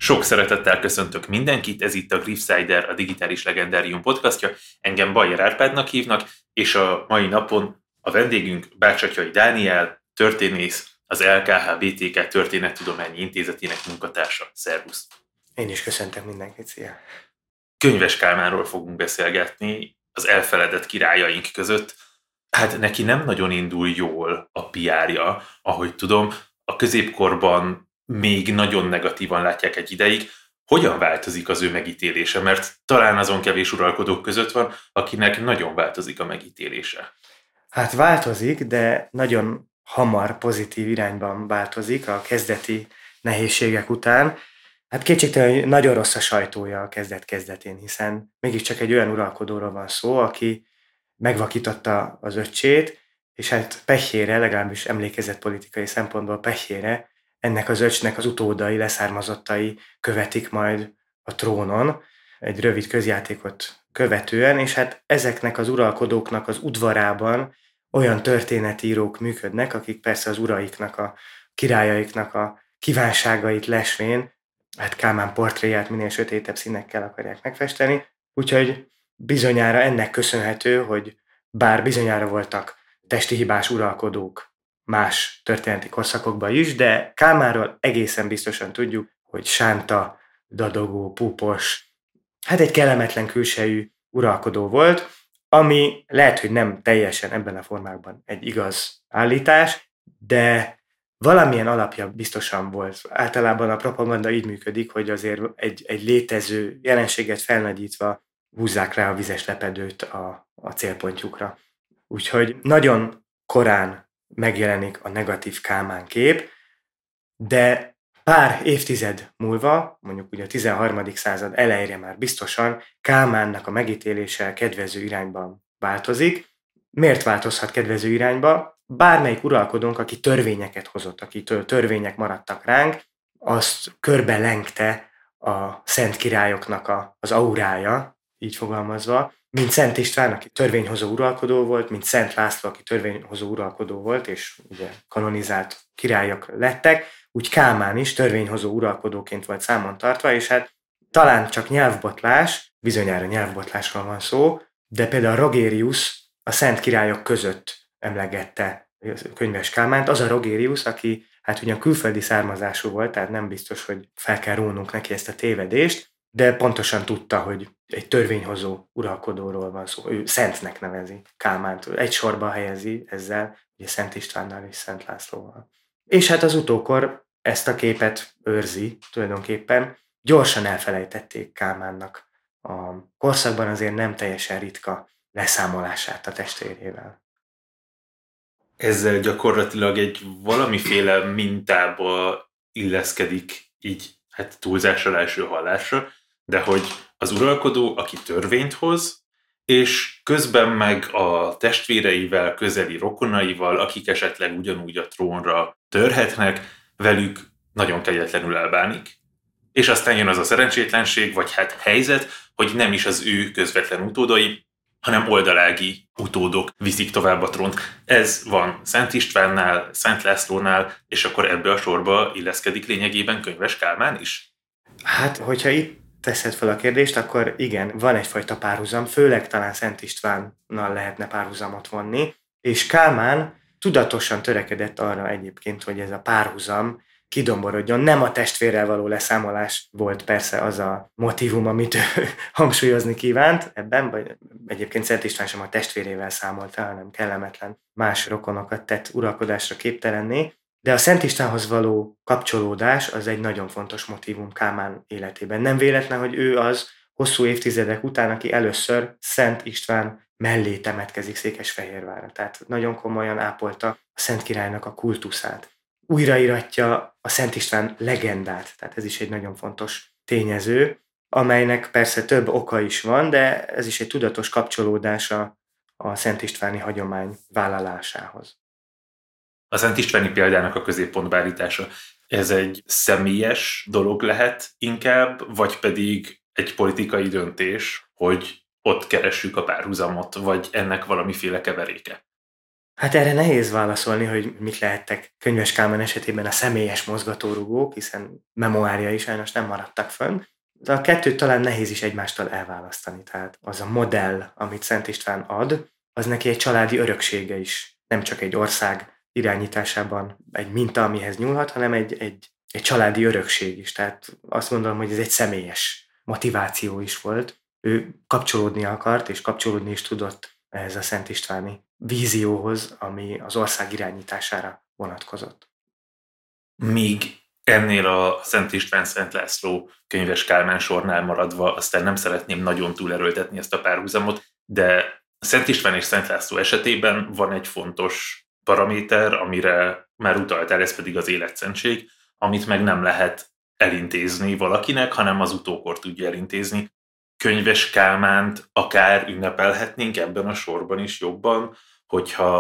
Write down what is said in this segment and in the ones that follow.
Sok szeretettel köszöntök mindenkit, ez itt a Griffsider, a Digitális Legendárium podcastja. Engem Bajer Árpádnak hívnak, és a mai napon a vendégünk Bácsatyai Dániel, történész, az LKH BTK Történettudományi Intézetének munkatársa. Szervusz! Én is köszöntök mindenkit, szia! Könyves Kálmánról fogunk beszélgetni az elfeledett királyaink között. Hát neki nem nagyon indul jól a PR-ja, ahogy tudom. A középkorban még nagyon negatívan látják egy ideig. Hogyan változik az ő megítélése? Mert talán azon kevés uralkodók között van, akinek nagyon változik a megítélése. Hát változik, de nagyon hamar pozitív irányban változik a kezdeti nehézségek után. Hát kétségtelen, hogy nagyon rossz a sajtója a kezdet-kezdetén, hiszen mégiscsak egy olyan uralkodóról van szó, aki megvakította az öccsét, és hát pehjére, legalábbis emlékezett politikai szempontból pehjére, ennek az öcsnek az utódai, leszármazottai követik majd a trónon egy rövid közjátékot követően, és hát ezeknek az uralkodóknak az udvarában olyan történetírók működnek, akik persze az uraiknak, a királyaiknak a kívánságait lesvén, hát Kálmán portréját minél sötétebb színekkel akarják megfesteni, úgyhogy bizonyára ennek köszönhető, hogy bár bizonyára voltak testi hibás uralkodók más történeti korszakokban is, de Kálmánról egészen biztosan tudjuk, hogy sánta, dadogó, púpos, hát egy kellemetlen külsejű uralkodó volt, ami lehet, hogy nem teljesen ebben a formában egy igaz állítás, de valamilyen alapja biztosan volt. Általában a propaganda így működik, hogy azért egy létező jelenséget felnagyítva húzzák rá a vizes lepedőt a célpontjukra. Úgyhogy nagyon korán megjelenik a negatív Kálmán kép, de pár évtized múlva, mondjuk ugye a 13. század elejére már biztosan Kálmánnak a megítélése kedvező irányban változik. Miért változhat kedvező irányba? Bármelyik uralkodónk, aki törvényeket hozott, akitől törvények maradtak ránk, azt körbe lengte a szent királyoknak az aurája, így fogalmazva, mint Szent István, aki törvényhozó uralkodó volt, mint Szent László, aki törvényhozó uralkodó volt, és ugye kanonizált királyok lettek, úgy Kálmán is törvényhozó uralkodóként volt számon tartva, és hát talán csak nyelvbotlás, bizonyára nyelvbotlásról van szó, de például Rogérius a szent királyok között emlegette Könyves Kálmánt, az a Rogérius, aki hát ugyan külföldi származású volt, tehát nem biztos, hogy fel kell rónunk neki ezt a tévedést, de pontosan tudta, hogy egy törvényhozó uralkodóról van szó. Ő szentnek nevezi Kálmánt. Egy sorba helyezi ezzel, ugye Szent Istvánnal és Szent Lászlóval. És hát az utókor ezt a képet őrzi tulajdonképpen. Gyorsan elfelejtették Kálmánnak a korszakban azért nem teljesen ritka leszámolását a testvérével. Ezzel gyakorlatilag egy valamiféle mintába illeszkedik így, hát túlzásra első hallásra, de hogy az uralkodó, aki törvényt hoz, és közben meg a testvéreivel, közeli rokonaival, akik esetleg ugyanúgy a trónra törhetnek, velük nagyon kegyetlenül elbánik. És aztán jön az a szerencsétlenség, vagy hát helyzet, hogy nem is az ő közvetlen utódai, hanem oldalági utódok viszik tovább a trónt. Ez van Szent Istvánnál, Szent Lászlónál, és akkor ebbe a sorba illeszkedik lényegében Könyves Kálmán is? Hát, hogyha itt teszed fel a kérdést, akkor igen, van egyfajta párhuzam, főleg talán Szent Istvánnal lehetne párhuzamot vonni, és Kálmán tudatosan törekedett arra egyébként, hogy ez a párhuzam kidomborodjon. Nem a testvérrel való leszámolás volt persze az a motívum, amit ő hangsúlyozni kívánt ebben, vagy egyébként Szent István sem a testvérével számolta, hanem kellemetlen más rokonokat tett uralkodásra képtelenné, de a Szent Istvánhoz való kapcsolódás az egy nagyon fontos motívum Kálmán életében. Nem véletlen, hogy ő az hosszú évtizedek után, aki először Szent István mellé temetkezik Székesfehérvárra. Tehát nagyon komolyan ápolta a Szent Királynak a kultuszát. Újraíratja a Szent István legendát, tehát ez is egy nagyon fontos tényező, amelynek persze több oka is van, de ez is egy tudatos kapcsolódása a Szent Istváni hagyomány vállalásához. A Szent Istváni példának a középpontba állítása, ez egy személyes dolog lehet inkább, vagy pedig egy politikai döntés, hogy ott keressük a párhuzamot, vagy ennek valamiféle keveréke? Hát erre nehéz válaszolni, hogy mit lehettek Könyves Kálmán esetében a személyes mozgatórugók, hiszen memoárjai sajnos nem maradtak fönn. De a kettőt talán nehéz is egymástól elválasztani. Tehát az a modell, amit Szent István ad, az neki egy családi öröksége is. Nem csak egy ország irányításában egy minta, amihez nyúlhat, hanem egy családi örökség is. Tehát azt gondolom, hogy ez egy személyes motiváció is volt. Ő kapcsolódni akart, és kapcsolódni is tudott ehhez a Szent Istváni vízióhoz, ami az ország irányítására vonatkozott. Míg ennél a Szent István Szent László Könyves Kálmán sornál maradva, aztán nem szeretném nagyon túlerőltetni ezt a párhuzamot, de Szent István és Szent László esetében van egy fontos paraméter, amire már utaltál, ez pedig az életszentség, amit meg nem lehet elintézni valakinek, hanem az utókor tudja elintézni. Könyves Kálmánt akár ünnepelhetnénk ebben a sorban is jobban, hogyha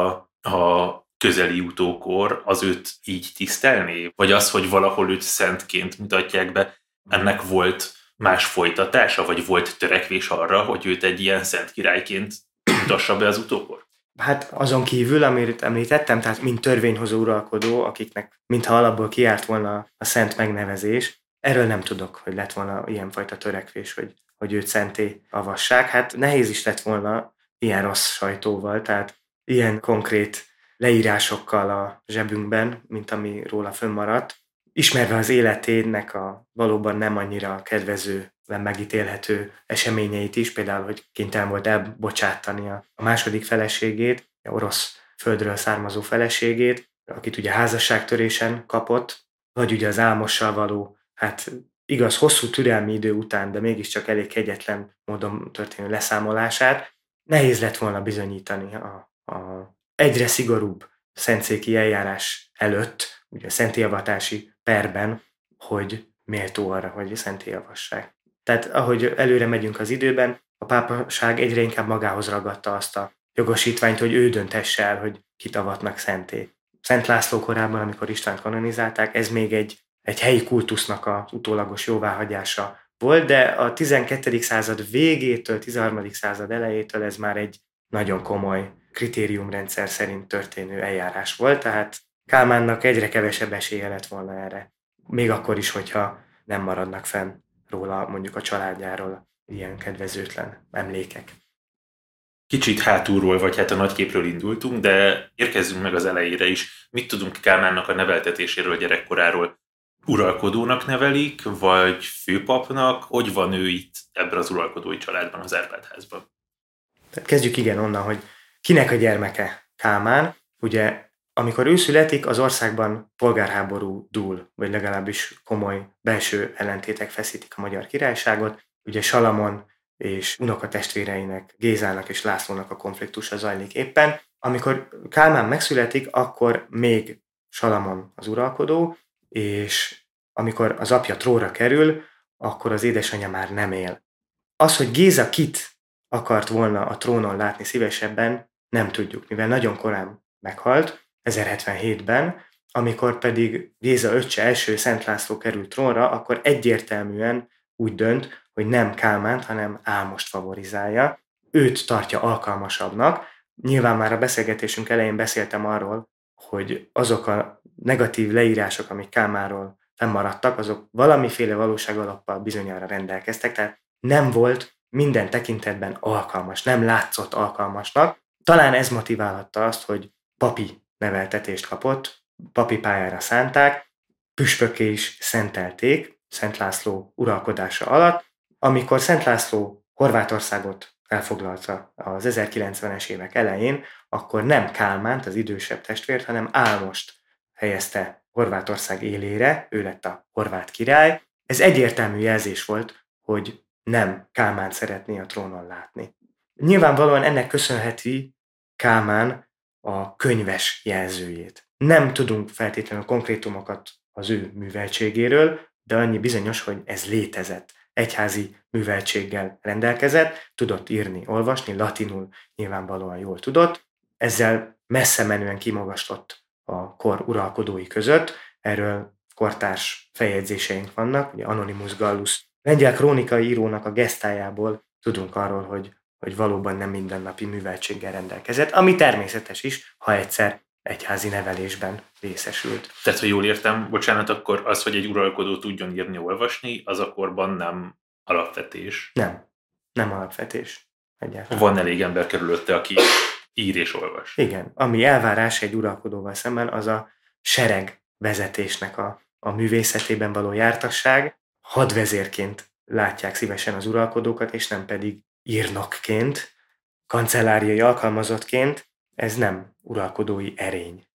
a közeli utókor az őt így tisztelné? Vagy az, hogy valahol őt szentként mutatják be, ennek volt más folytatása, vagy volt törekvés arra, hogy őt egy ilyen szent királyként mutassa be az utókor? Hát azon kívül, amit említettem, tehát mint törvényhozó uralkodó, akiknek mintha alapból kiárt volna a szent megnevezés, erről nem tudok, hogy lett volna ilyenfajta törekvés, hogy őt szenté avassák. Hát nehéz is lett volna ilyen rossz sajtóval, tehát ilyen konkrét leírásokkal a zsebünkben, mint ami róla fönnmaradt. Ismerve az életének a valóban nem annyira kedvező, megítélhető eseményeit is, például, hogy kénytelen volt elbocsátani a második feleségét, a orosz földről származó feleségét, akit ugye házasságtörésen kapott, vagy ugye az Álmossal való, hát igaz, hosszú türelmi idő után, de mégiscsak elég kegyetlen módon történő leszámolását, nehéz lett volna bizonyítani a egyre szigorúbb szentszéki eljárás előtt, ugye a szentélyavatási perben, hogy méltó arra, hogy szentélyavassák. Tehát ahogy előre megyünk az időben, a pápaság egyre inkább magához ragadta azt a jogosítványt, hogy ő döntesse el, hogy kit avatnak szenté. Szent László korában, amikor Istvánt kanonizálták, ez még egy helyi kultusznak az utólagos jóváhagyása volt, de a 12. század végétől, 13. század elejétől ez már egy nagyon komoly kritériumrendszer szerint történő eljárás volt, tehát Kálmánnak egyre kevesebb esélye lett volna erre. Még akkor is, hogyha nem maradnak fenn róla, mondjuk a családjáról ilyen kedvezőtlen emlékek. Kicsit hátulról, vagy hát a nagyképről indultunk, de érkezzünk meg az elejére is. Mit tudunk Kálmánnak a neveltetéséről, gyerekkoráról? Uralkodónak nevelik, vagy főpapnak? Hogy van ő itt ebben az uralkodói családban, az Árpád-házban? Tehát kezdjük onnan, hogy kinek a gyermeke Kálmán. Ugye amikor ő születik, az országban polgárháború dúl, vagy legalábbis komoly belső ellentétek feszítik a magyar királyságot. Ugye Salamon és unokatestvéreinek, Gézának és Lászlónak a konfliktusa zajlik éppen. Amikor Kálmán megszületik, akkor még Salamon az uralkodó, és amikor az apja trónra kerül, akkor az édesanyja már nem él. Az, hogy Géza kit akart volna a trónon látni szívesebben, nem tudjuk, mivel nagyon korán meghalt, 1077-ben, amikor pedig Géza öccse első Szent László került trónra, akkor egyértelműen úgy dönt, hogy nem Kálmánt, hanem Álmost favorizálja. Őt tartja alkalmasabbnak. Nyilván már a beszélgetésünk elején beszéltem arról, hogy azok a negatív leírások, amik Kálmánról fennmaradtak, azok valamiféle valóságalappal bizonyára rendelkeztek, tehát nem volt minden tekintetben alkalmas, nem látszott alkalmasnak. Talán ez motiválhatta azt, hogy papi neveltetést kapott, papi pályára szánták, püspökké is szentelték Szent László uralkodása alatt. Amikor Szent László Horvátországot elfoglalta az 1090-es évek elején, akkor nem Kálmánt, az idősebb testvért, hanem Álmost helyezte Horvátország élére, ő lett a horvát király. Ez egyértelmű jelzés volt, hogy nem Kálmánt szeretné a trónon látni. Nyilvánvalóan ennek köszönheti Kálmán a könyves jelzőjét. Nem tudunk feltétlenül konkrétumokat az ő műveltségéről, de annyi bizonyos, hogy ez létezett. Egyházi műveltséggel rendelkezett, tudott írni, olvasni, latinul nyilvánvalóan jól tudott, ezzel messze menően kimagaslott a kor uralkodói között, erről kortárs feljegyzéseink vannak, ugye Anonymus Gallus lengyel krónikai írónak a gesztájából tudunk arról, hogy hogy valóban nem mindennapi műveltséggel rendelkezett, ami természetes is, ha egyszer egyházi nevelésben részesült. Tehát, ha jól értem, bocsánat, akkor az, hogy egy uralkodó tudjon írni, olvasni, az akkorban nem alapvetés. Nem alapvetés. Egyáltalán. Van elég ember körülötte, aki ír és olvas. Igen, ami elvárás egy uralkodóval szemben, az a sereg vezetésnek a művészetében való jártasság. Hadvezérként látják szívesen az uralkodókat, és nem pedig írnokként, kancelláriai alkalmazottként. Ez nem uralkodói erény.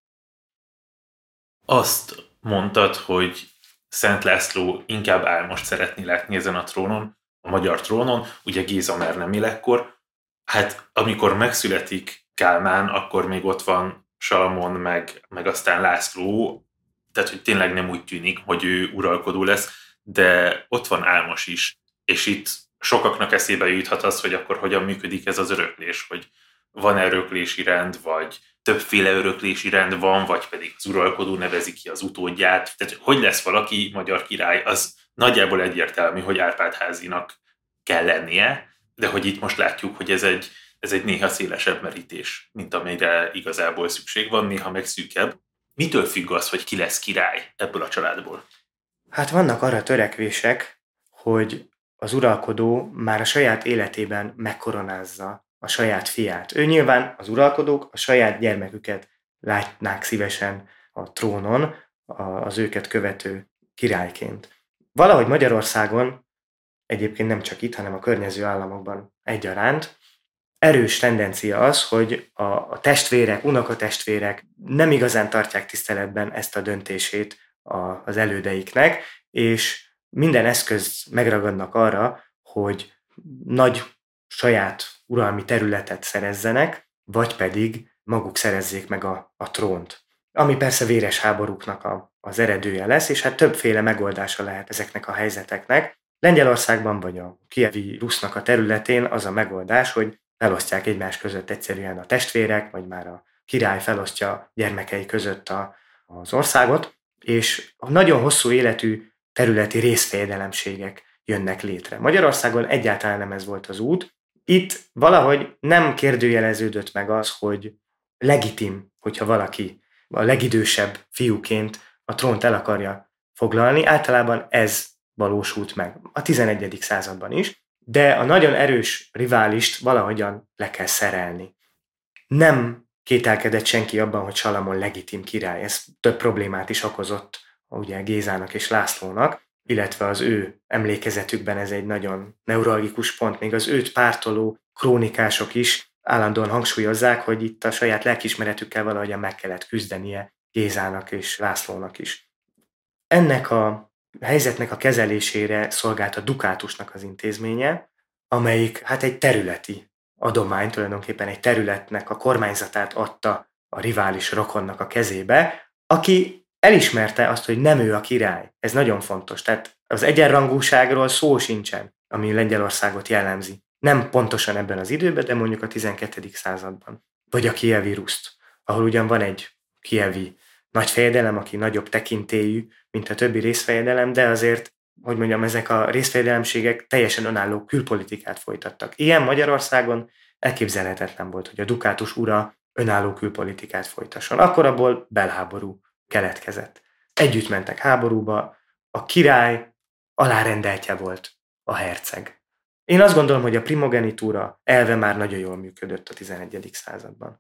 Azt mondtad, hogy Szent László inkább álmost szeretné látni ezen a trónon, a magyar trónon, ugye Géza már nem él ekkor. Hát amikor megszületik Kálmán, akkor még ott van Salamon, meg aztán László, tehát hogy tényleg nem úgy tűnik, hogy ő uralkodó lesz, de ott van Álmos is, és itt sokaknak eszébe juthat az, hogy akkor hogyan működik ez az öröklés, hogy van-e öröklési rend, vagy többféle öröklési rend van, vagy pedig az uralkodó nevezi ki az utódját. Tehát hogy lesz valaki magyar király, az nagyjából egyértelmű, hogy Árpád-házinak kell lennie, de hogy itt most látjuk, hogy ez egy néha szélesebb merítés, mint amelyre igazából szükség van, néha meg szűkebb. Mitől függ az, hogy ki lesz király ebből a családból? Hát vannak arra törekvések, hogy az uralkodó már a saját életében megkoronázza a saját fiát. Ő nyilván az uralkodók a saját gyermeküket látnák szívesen a trónon, az őket követő királyként. Valahogy Magyarországon, egyébként nem csak itt, hanem a környező államokban egyaránt, erős tendencia az, hogy a testvérek, unokatestvérek nem igazán tartják tiszteletben ezt a döntését az elődeiknek, és minden eszköz megragadnak arra, hogy nagy saját uralmi területet szerezzenek, vagy pedig maguk szerezzék meg a trónt. Ami persze véres háborúknak az eredője lesz, és hát többféle megoldása lehet ezeknek a helyzeteknek. Lengyelországban vagy a Kijevi Rusznak a területén az a megoldás, hogy felosztják egymás között egyszerűen a testvérek, vagy már a király felosztja gyermekei között az országot, és a nagyon hosszú életű területi részfejedelemségek jönnek létre. Magyarországon egyáltalán nem ez volt az út. Itt valahogy nem kérdőjeleződött meg az, hogy legitim, hogyha valaki a legidősebb fiúként a trónt el akarja foglalni. Általában ez valósult meg a 11. században is, de a nagyon erős riválist valahogyan le kell szerelni. Nem kételkedett senki abban, hogy Salamon legitim király. Ez több problémát is okozott ugye Gézának és Lászlónak, illetve az ő emlékezetükben ez egy nagyon neuralgikus pont, még az őt pártoló krónikások is állandóan hangsúlyozzák, hogy itt a saját lelkiismeretükkel valahogyan meg kellett küzdenie Gézának és Lászlónak is. Ennek a helyzetnek a kezelésére szolgált a dukátusnak az intézménye, amelyik hát egy területi adomány, tulajdonképpen egy területnek a kormányzatát adta a rivális rokonnak a kezébe, aki elismerte azt, hogy nem ő a király. Ez nagyon fontos. Tehát az egyenrangúságról szó sincsen, ami Lengyelországot jellemzi. Nem pontosan ebben az időben, de mondjuk a 12. században. Vagy a Kijevi Ruszt, ahol ugyan van egy kijevi nagyfejedelem, aki nagyobb tekintélyű, mint a többi részfejedelem, de azért, hogy mondjam, ezek a részfejedelemségek teljesen önálló külpolitikát folytattak. Ilyen Magyarországon elképzelhetetlen volt, hogy a dukátus ura önálló külpolitikát folytasson. Akkor abból belháború keletkezett. Együtt mentek háborúba, a király alárendeltje volt a herceg. Én azt gondolom, hogy a primogenitúra elve már nagyon jól működött a 11. században.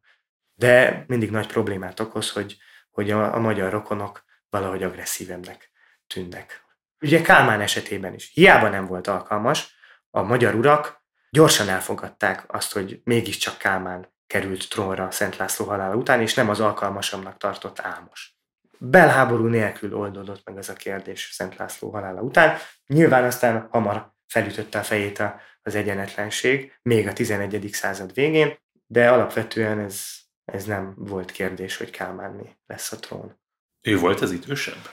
De mindig nagy problémát okoz, hogy a magyar rokonok valahogy agresszívebbnek tűnnek. Ugye Kálmán esetében is hiába nem volt alkalmas, a magyar urak gyorsan elfogadták azt, hogy mégiscsak Kálmán került trónra Szent László halála után, és nem az alkalmasabbnak tartott Álmos. Belháború nélkül oldódott meg ez a kérdés Szent László halála után. Nyilván aztán hamar felütötte a fejét az egyenetlenség, még a 11. század végén, de alapvetően ez nem volt kérdés, hogy Kálmánné lesz a trón. Ő volt az idősebb?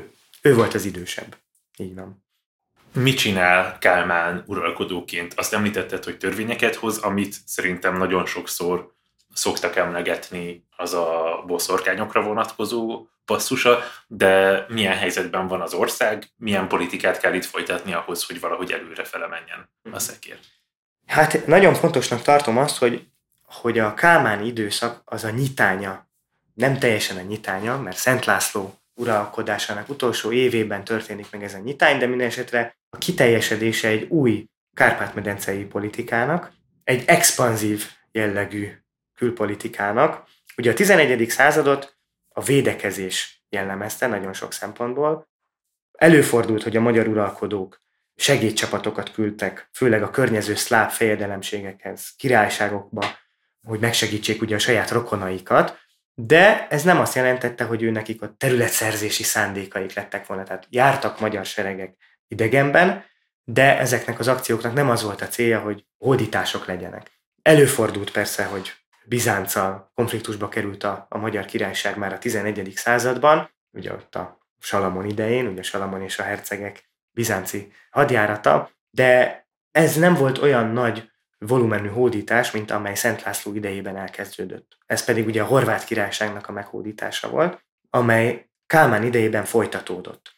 Ő volt az idősebb. Így van. Mit csinál Kálmán uralkodóként? Azt említetted, hogy törvényeket hoz, amit szerintem nagyon sokszor szoktak emlegetni, az a boszorkányokra vonatkozó passzusa, de milyen helyzetben van az ország, milyen politikát kell itt folytatni ahhoz, hogy valahogy előrefele menjen a szekér? Hát nagyon fontosnak tartom azt, hogy a kálmáni időszak az a nyitánya, nem teljesen a nyitánya, mert Szent László uralkodásának utolsó évében történik meg ez a nyitány, de minden esetre a kiteljesedése egy új kárpát-medencei politikának, egy expanzív jellegű külpolitikának. Ugye a 11. századot a védekezés jellemezte nagyon sok szempontból. Előfordult, hogy a magyar uralkodók segédcsapatokat küldtek, főleg a környező szláv fejedelemségekhez, királyságokba, hogy megsegítsék ugye a saját rokonaikat, de ez nem azt jelentette, hogy ő nekik a területszerzési szándékaik lettek volna. Tehát jártak magyar seregek idegenben, de ezeknek az akcióknak nem az volt a célja, hogy hódítások legyenek. Előfordult persze, hogy Bizánccal konfliktusba került a magyar királyság már a 11. században, ugye ott a Salamon idején, ugye Salamon és a hercegek bizánci hadjárata, de ez nem volt olyan nagy volumenű hódítás, mint amely Szent László idejében elkezdődött. Ez pedig ugye a Horvát Királyságnak a meghódítása volt, amely Kálmán idejében folytatódott.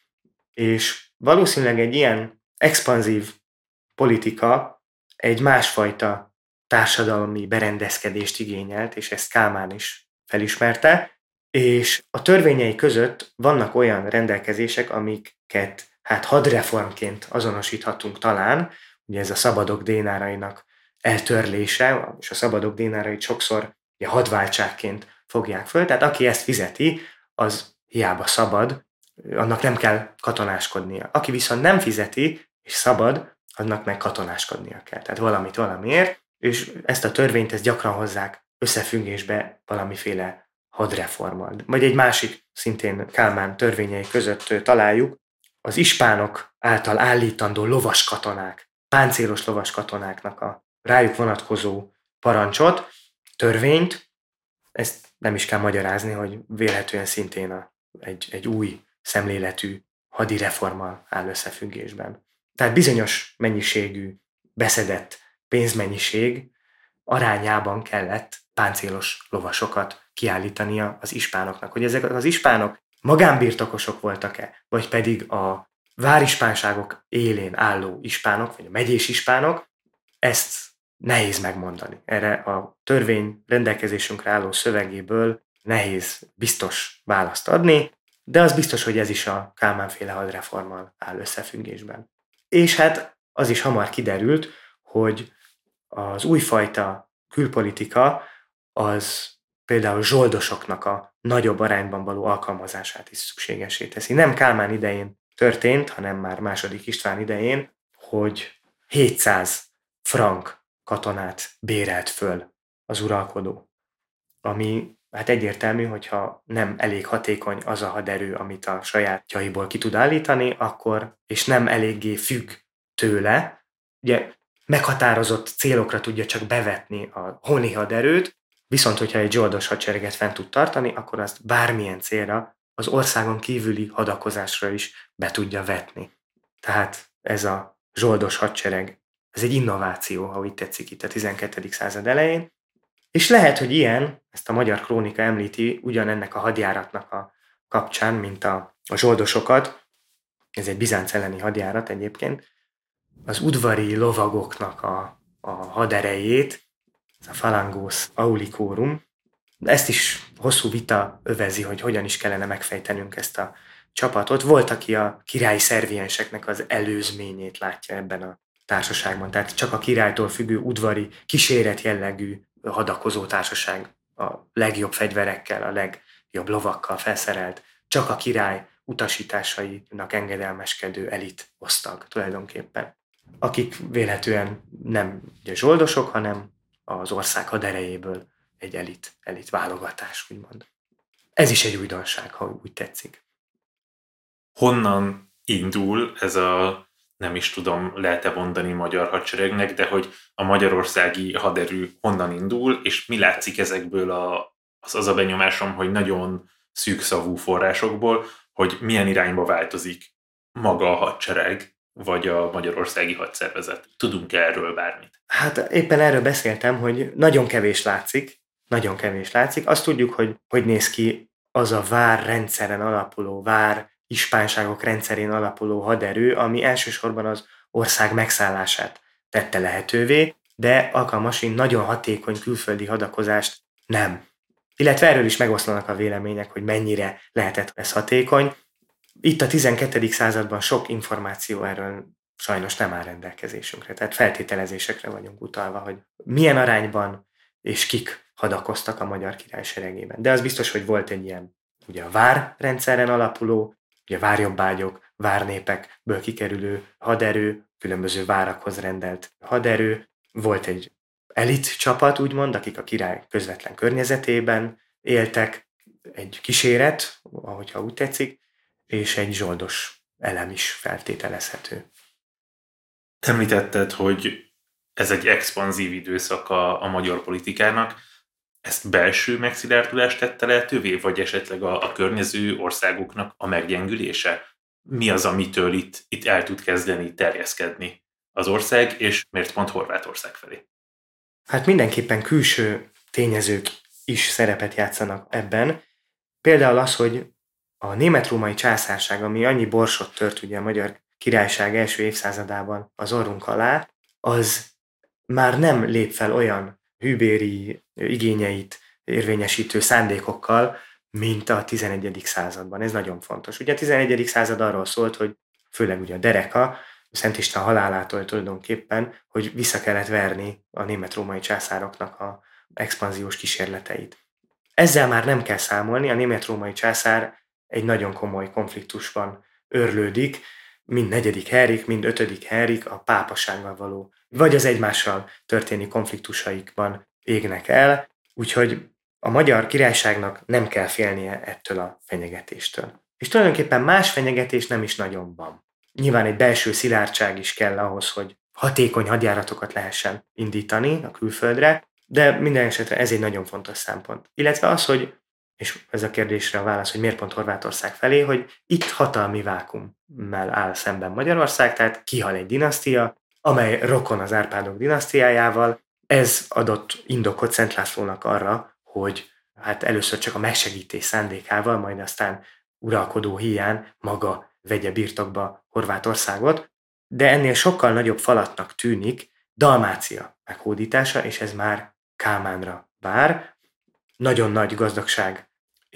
És valószínűleg egy ilyen expanzív politika egy másfajta társadalmi berendezkedést igényelt, és ezt Kálmán is felismerte, és a törvényei között vannak olyan rendelkezések, amiket hadreformként azonosíthatunk talán, ugye ez a szabadok dénárainak eltörlése, és a szabadok dénárait sokszor hadváltságként fogják föl, tehát aki ezt fizeti, az hiába szabad, annak nem kell katonáskodnia. Aki viszont nem fizeti, és szabad, annak meg katonáskodnia kell. Tehát valamit valamiért, és ezt a törvényt ezt gyakran hozzák összefüggésbe valamiféle hadreformmal. Vagy egy másik, szintén Kálmán törvényei között találjuk, az ispánok által állítandó lovaskatonák, páncélos lovaskatonáknak a rájuk vonatkozó parancsot, törvényt, ezt nem is kell magyarázni, hogy vélhetően szintén egy új szemléletű hadi reformmal áll összefüggésben. Tehát bizonyos mennyiségű beszedett pénzmennyiség arányában kellett páncélos lovasokat kiállítania az ispánoknak. Hogy ezek az ispánok magánbirtokosok voltak-e, vagy pedig a várispánságok élén álló ispánok, vagy a megyés ispánok, ezt nehéz megmondani. Erre a törvény rendelkezésünkre álló szövegéből nehéz biztos választ adni, de az biztos, hogy ez is a Kálmán-féle hadreformmal áll összefüggésben. És hát az is hamar kiderült, hogy az újfajta külpolitika az például zsoldosoknak a nagyobb arányban való alkalmazását is szükségessé teszi. Nem Kálmán idején történt, hanem már II. István idején, hogy 700 frank katonát bérelt föl az uralkodó. Ami hát egyértelmű, hogyha nem elég hatékony az a haderő, amit a sajátjaiból ki tud állítani, akkor, és nem eléggé függ tőle, ugye meghatározott célokra tudja csak bevetni a honi haderőt, viszont hogyha egy zsoldos hadsereget fent tud tartani, akkor azt bármilyen célra, az országon kívüli hadakozásra is be tudja vetni. Tehát ez a zsoldos hadsereg, ez egy innováció, ha úgy tetszik itt a 12. század elején, és lehet, hogy ilyen, ezt a Magyar Krónika említi ugyanennek a hadjáratnak a kapcsán, mint a zsoldosokat, ez egy Bizánc elleni hadjárat egyébként, az udvari lovagoknak a haderejét, ez a Phalangos Aulicorum, ezt is hosszú vita övezi, hogy hogyan is kellene megfejtenünk ezt a csapatot. Volt, aki a királyi szervienseknek az előzményét látja ebben a társaságban, tehát csak a királytól függő udvari kíséret jellegű hadakozó társaság, a legjobb fegyverekkel, a legjobb lovakkal felszerelt, csak a király utasításainak engedelmeskedő elit osztag tulajdonképpen, akik vélhetően nem ugye zsoldosok, hanem az ország haderejéből egy elit válogatás, úgymond. Ez is egy újdonság, ha úgy tetszik. Honnan indul ez a, nem is tudom, lehet-e mondani magyar hadseregnek, de hogy a magyarországi haderő honnan indul, és mi látszik ezekből az a benyomásom, hogy nagyon szűkszavú forrásokból, hogy milyen irányba változik maga a hadsereg, vagy a magyarországi hadszervezet. Tudunk erről bármit? Hát éppen erről beszéltem, hogy nagyon kevés látszik. Azt tudjuk, hogy néz ki az a várrendszeren alapuló, ispánságok rendszerén alapuló haderő, ami elsősorban az ország megszállását tette lehetővé. de alkalmas, mint nagyon hatékony külföldi hadakozást nem. Illetve erről is megoszlanak a vélemények, hogy mennyire lehetett ez hatékony. Itt a 12. században sok információ erről sajnos nem áll rendelkezésünkre, tehát feltételezésekre vagyunk utalva, hogy milyen arányban és kik hadakoztak a magyar király seregében. De az biztos, hogy volt egy ilyen, ugye a várrendszeren alapuló, ugye várjobbágyok, várnépekből kikerülő haderő, különböző várakhoz rendelt haderő, volt egy elit csapat, úgymond, akik a király közvetlen környezetében éltek, egy kíséret, ahogyha úgy tetszik, és egy zsoldos elem is feltételezhető. Említetted, hogy ez egy expanzív időszak a magyar politikának. Ezt belső megszilárdulást tette lehetővé, vagy esetleg a környező országoknak a meggyengülése? Mi az, amitől itt el tud kezdeni terjeszkedni az ország, és miért pont Horvátország felé? Hát mindenképpen külső tényezők is szerepet játszanak ebben. Például az, hogy a német-római császárság, ami annyi borsot tört ugye a Magyar Királyság első évszázadában az orrunk alá, az már nem lép fel olyan hűbéri igényeit érvényesítő szándékokkal, mint a 11. században. Ez nagyon fontos. Ugye a 11. század arról szólt, hogy főleg ugye a dereka, Szent István halálától tulajdonképpen, hogy vissza kellett verni a német-római császároknak a expanziós kísérleteit. Ezzel már nem kell számolni, a német-római császár egy nagyon komoly konfliktusban őrlődik, mind 4. Henrik, mind 5. Henrik a pápasággal való, vagy az egymással történő konfliktusaikban égnek el, úgyhogy a Magyar Királyságnak nem kell félnie ettől a fenyegetéstől. És tulajdonképpen más fenyegetés nem is nagyon van. Nyilván egy belső szilárdság is kell ahhoz, hogy hatékony hadjáratokat lehessen indítani a külföldre, de minden esetre ez egy nagyon fontos szempont. Illetve az, hogy, és ez a kérdésre a válasz, hogy miért pont Horvátország felé, hogy itt hatalmi vákummel áll szemben Magyarország, tehát kihal egy dinasztia, amely rokon az Árpádok dinasztiájával. Ez adott indokot Szent Lászlónak arra, hogy hát először csak a megsegítés szándékával, majd aztán uralkodó híján maga vegye birtokba Horvátországot, de ennél sokkal nagyobb falatnak tűnik Dalmácia meghódítása, és ez már Kálmánra vár. Nagyon nagy gazdagság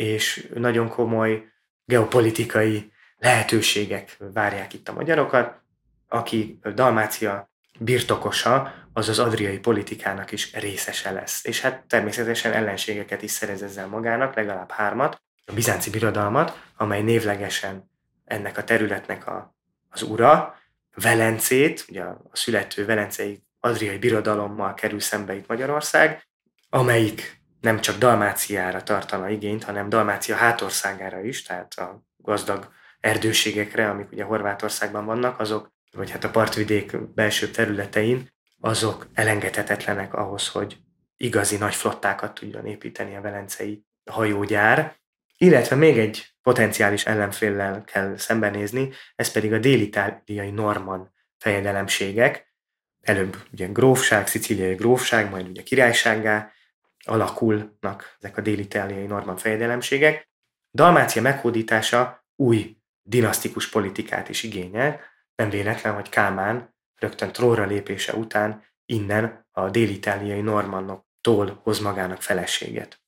és nagyon komoly geopolitikai lehetőségek várják itt a magyarokat. Aki Dalmácia birtokosa, az az adriai politikának is részese lesz. És hát természetesen ellenségeket is szerez ezzel magának, legalább 3. A Bizánci Birodalmat, amely névlegesen ennek a területnek az ura, Velencét, ugye a születő velencei adriai birodalommal kerül szembe itt Magyarország, amelyik nem csak Dalmáciára tartana igényt, hanem Dalmácia hátországára is, tehát a gazdag erdőségekre, amik ugye Horvátországban vannak, azok, vagy hát a partvidék belső területein, azok elengedhetetlenek ahhoz, hogy igazi nagy flottákat tudjon építeni a velencei hajógyár. Illetve még egy potenciális ellenféllel kell szembenézni, ez pedig a dél-itáliai normann fejedelemségek. Előbb ugye grófság, szicíliai grófság, majd ugye királysággá alakulnak ezek a dél-itáliai normann fejedelemségek. Dalmácia meghódítása új dinasztikus politikát is igényel, nem véletlen, hogy Kálmán rögtön trónra lépése után innen a dél-itáliai normannoktól hoz magának feleséget.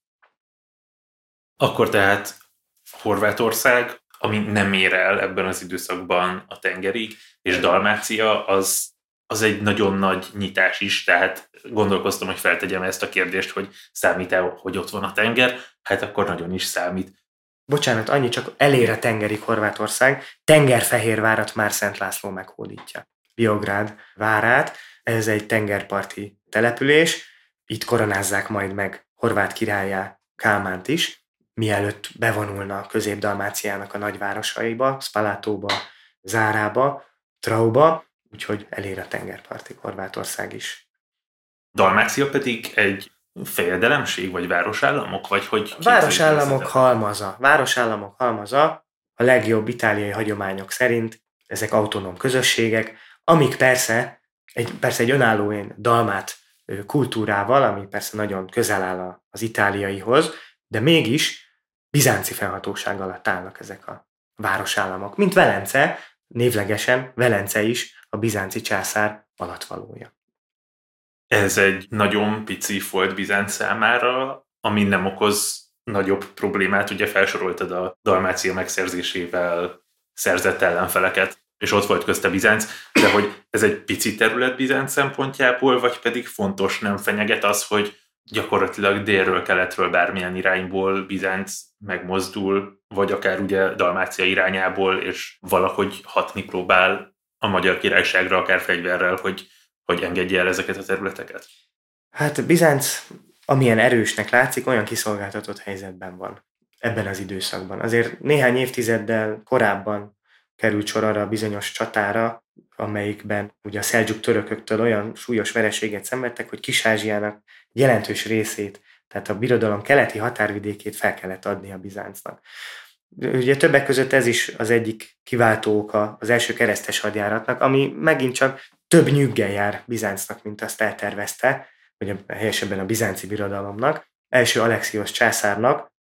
Akkor tehát Horvátország, ami nem ér el ebben az időszakban a tengerig, és Dalmácia az egy nagyon nagy nyitás is, tehát gondolkoztam, hogy feltegyem ezt a kérdést, hogy számít-e, hogy ott van a tenger, hát akkor nagyon is számít. Bocsánat, annyi csak elér a tengerig Horvátország, Tengerfehérvárat már Szent László meghódítja. Biográd várát, ez egy tengerparti település, itt koronázzák majd meg Horvát királlyá Kálmánt is, mielőtt bevonulna Közép-Dalmáciának a nagyvárosaiba, Spalatóba, Zárába, Trauba, úgyhogy elér a tengerpartig Horvátország is. Dalmácia pedig egy fejedelemség, vagy városállamok, vagy hogy? Városállamok halmaza, a legjobb itáliai hagyományok szerint ezek autonóm közösségek, amik persze egy önálló dalmát kultúrával, ami persze nagyon közel áll az itáliaihoz, de mégis bizánci fennhatóság alatt állnak ezek a városállamok. Mint Velence, névlegesen Velence is a bizánci császár alattvalója. Ez egy nagyon pici folt Bizánc számára, ami nem okoz nagyobb problémát. Ugye felsoroltad a Dalmácia megszerzésével szerzett ellenfeleket, és ott volt közte Bizánc, de hogy ez egy pici terület Bizánc szempontjából, vagy pedig fontos, nem fenyeget az, hogy gyakorlatilag délről, keletről, bármilyen irányból Bizánc megmozdul, vagy akár ugye Dalmácia irányából, és valahogy hatni próbál a Magyar Királyságra, akár fegyverrel, hogy engedje el ezeket a területeket? Hát Bizánc, amilyen erősnek látszik, olyan kiszolgáltatott helyzetben van ebben az időszakban. Azért néhány évtizeddel korábban került sor arra a bizonyos csatára, amelyikben ugye a szeldzsuk törököktől olyan súlyos vereséget szenvedtek, hogy Kis-Ázsiának jelentős részét, tehát a birodalom keleti határvidékét fel kellett adni a Bizáncnak. Ugye többek között ez is az egyik kiváltó oka az első keresztes hadjáratnak, ami megint csak több nyüggel jár Bizáncnak, mint azt eltervezte, vagy helyesebben a bizánci birodalomnak, első Alexios császárnak,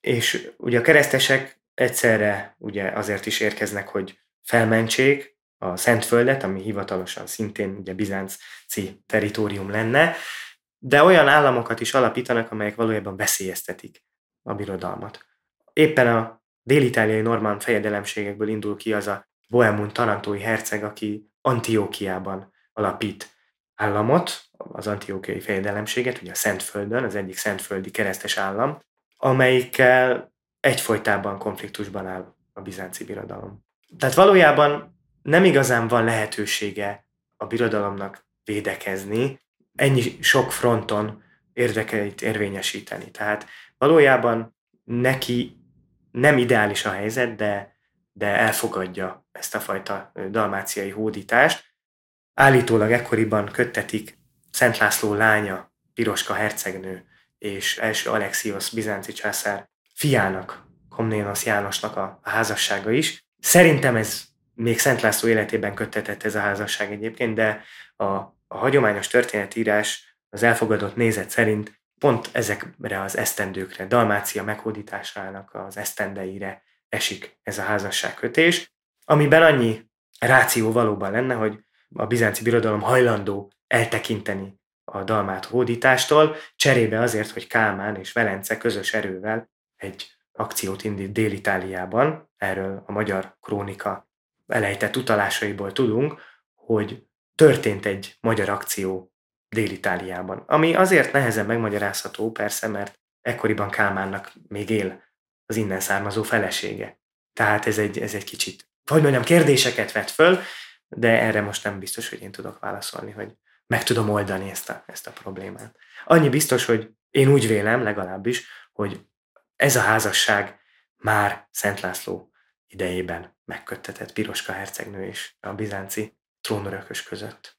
és ugye a keresztesek egyszerre ugye azért is érkeznek, hogy felmentsék a Szentföldet, ami hivatalosan szintén ugye bizánci teritorium lenne, de olyan államokat is alapítanak, amelyek valójában veszélyeztetik a birodalmat. Éppen a dél-itáliai normán fejedelemségekből indul ki az a Bohemund tarantói herceg, aki Antiókiában alapít államot, az antiókiai fejedelemséget, ugye a Szentföldön, az egyik szentföldi keresztes állam, amelyikkel egyfolytában konfliktusban áll a bizánci birodalom. Tehát valójában nem igazán van lehetősége a birodalomnak védekezni, ennyi sok fronton érdekeit érvényesíteni. Tehát valójában neki nem ideális a helyzet, de elfogadja ezt a fajta dalmáciai hódítást. Állítólag ekkoriban köttetik Szent László lánya, Piroska hercegnő és első Alexios bizánci császár fiának, Komnénosz Jánosnak a házassága is. Szerintem ez még Szent László életében köttetett ez a házasság egyébként, de a hagyományos történetírás az elfogadott nézet szerint pont ezekre az esztendőkre, Dalmácia meghódításának az esztendeire esik ez a házasságkötés, amiben annyi ráció valóban lenne, hogy a bizánci birodalom hajlandó eltekinteni a dalmát hódítástól, cserébe azért, hogy Kálmán és Velence közös erővel egy akciót indít Dél-Itáliában, erről a magyar krónika elejtett utalásaiból tudunk, hogy történt egy magyar akció Dél-Itáliában, ami azért nehezen megmagyarázható persze, mert ekkoriban Kálmánnak még él az innen származó felesége. Tehát ez egy kicsit, hogy mondjam, kérdéseket vet föl, de erre most nem biztos, hogy én tudok válaszolni, hogy meg tudom oldani ezt a problémát. Annyi biztos, hogy én úgy vélem legalábbis, hogy ez a házasság már Szent László idejében megköttetett Piroska hercegnő és a bizánci trónörökös között.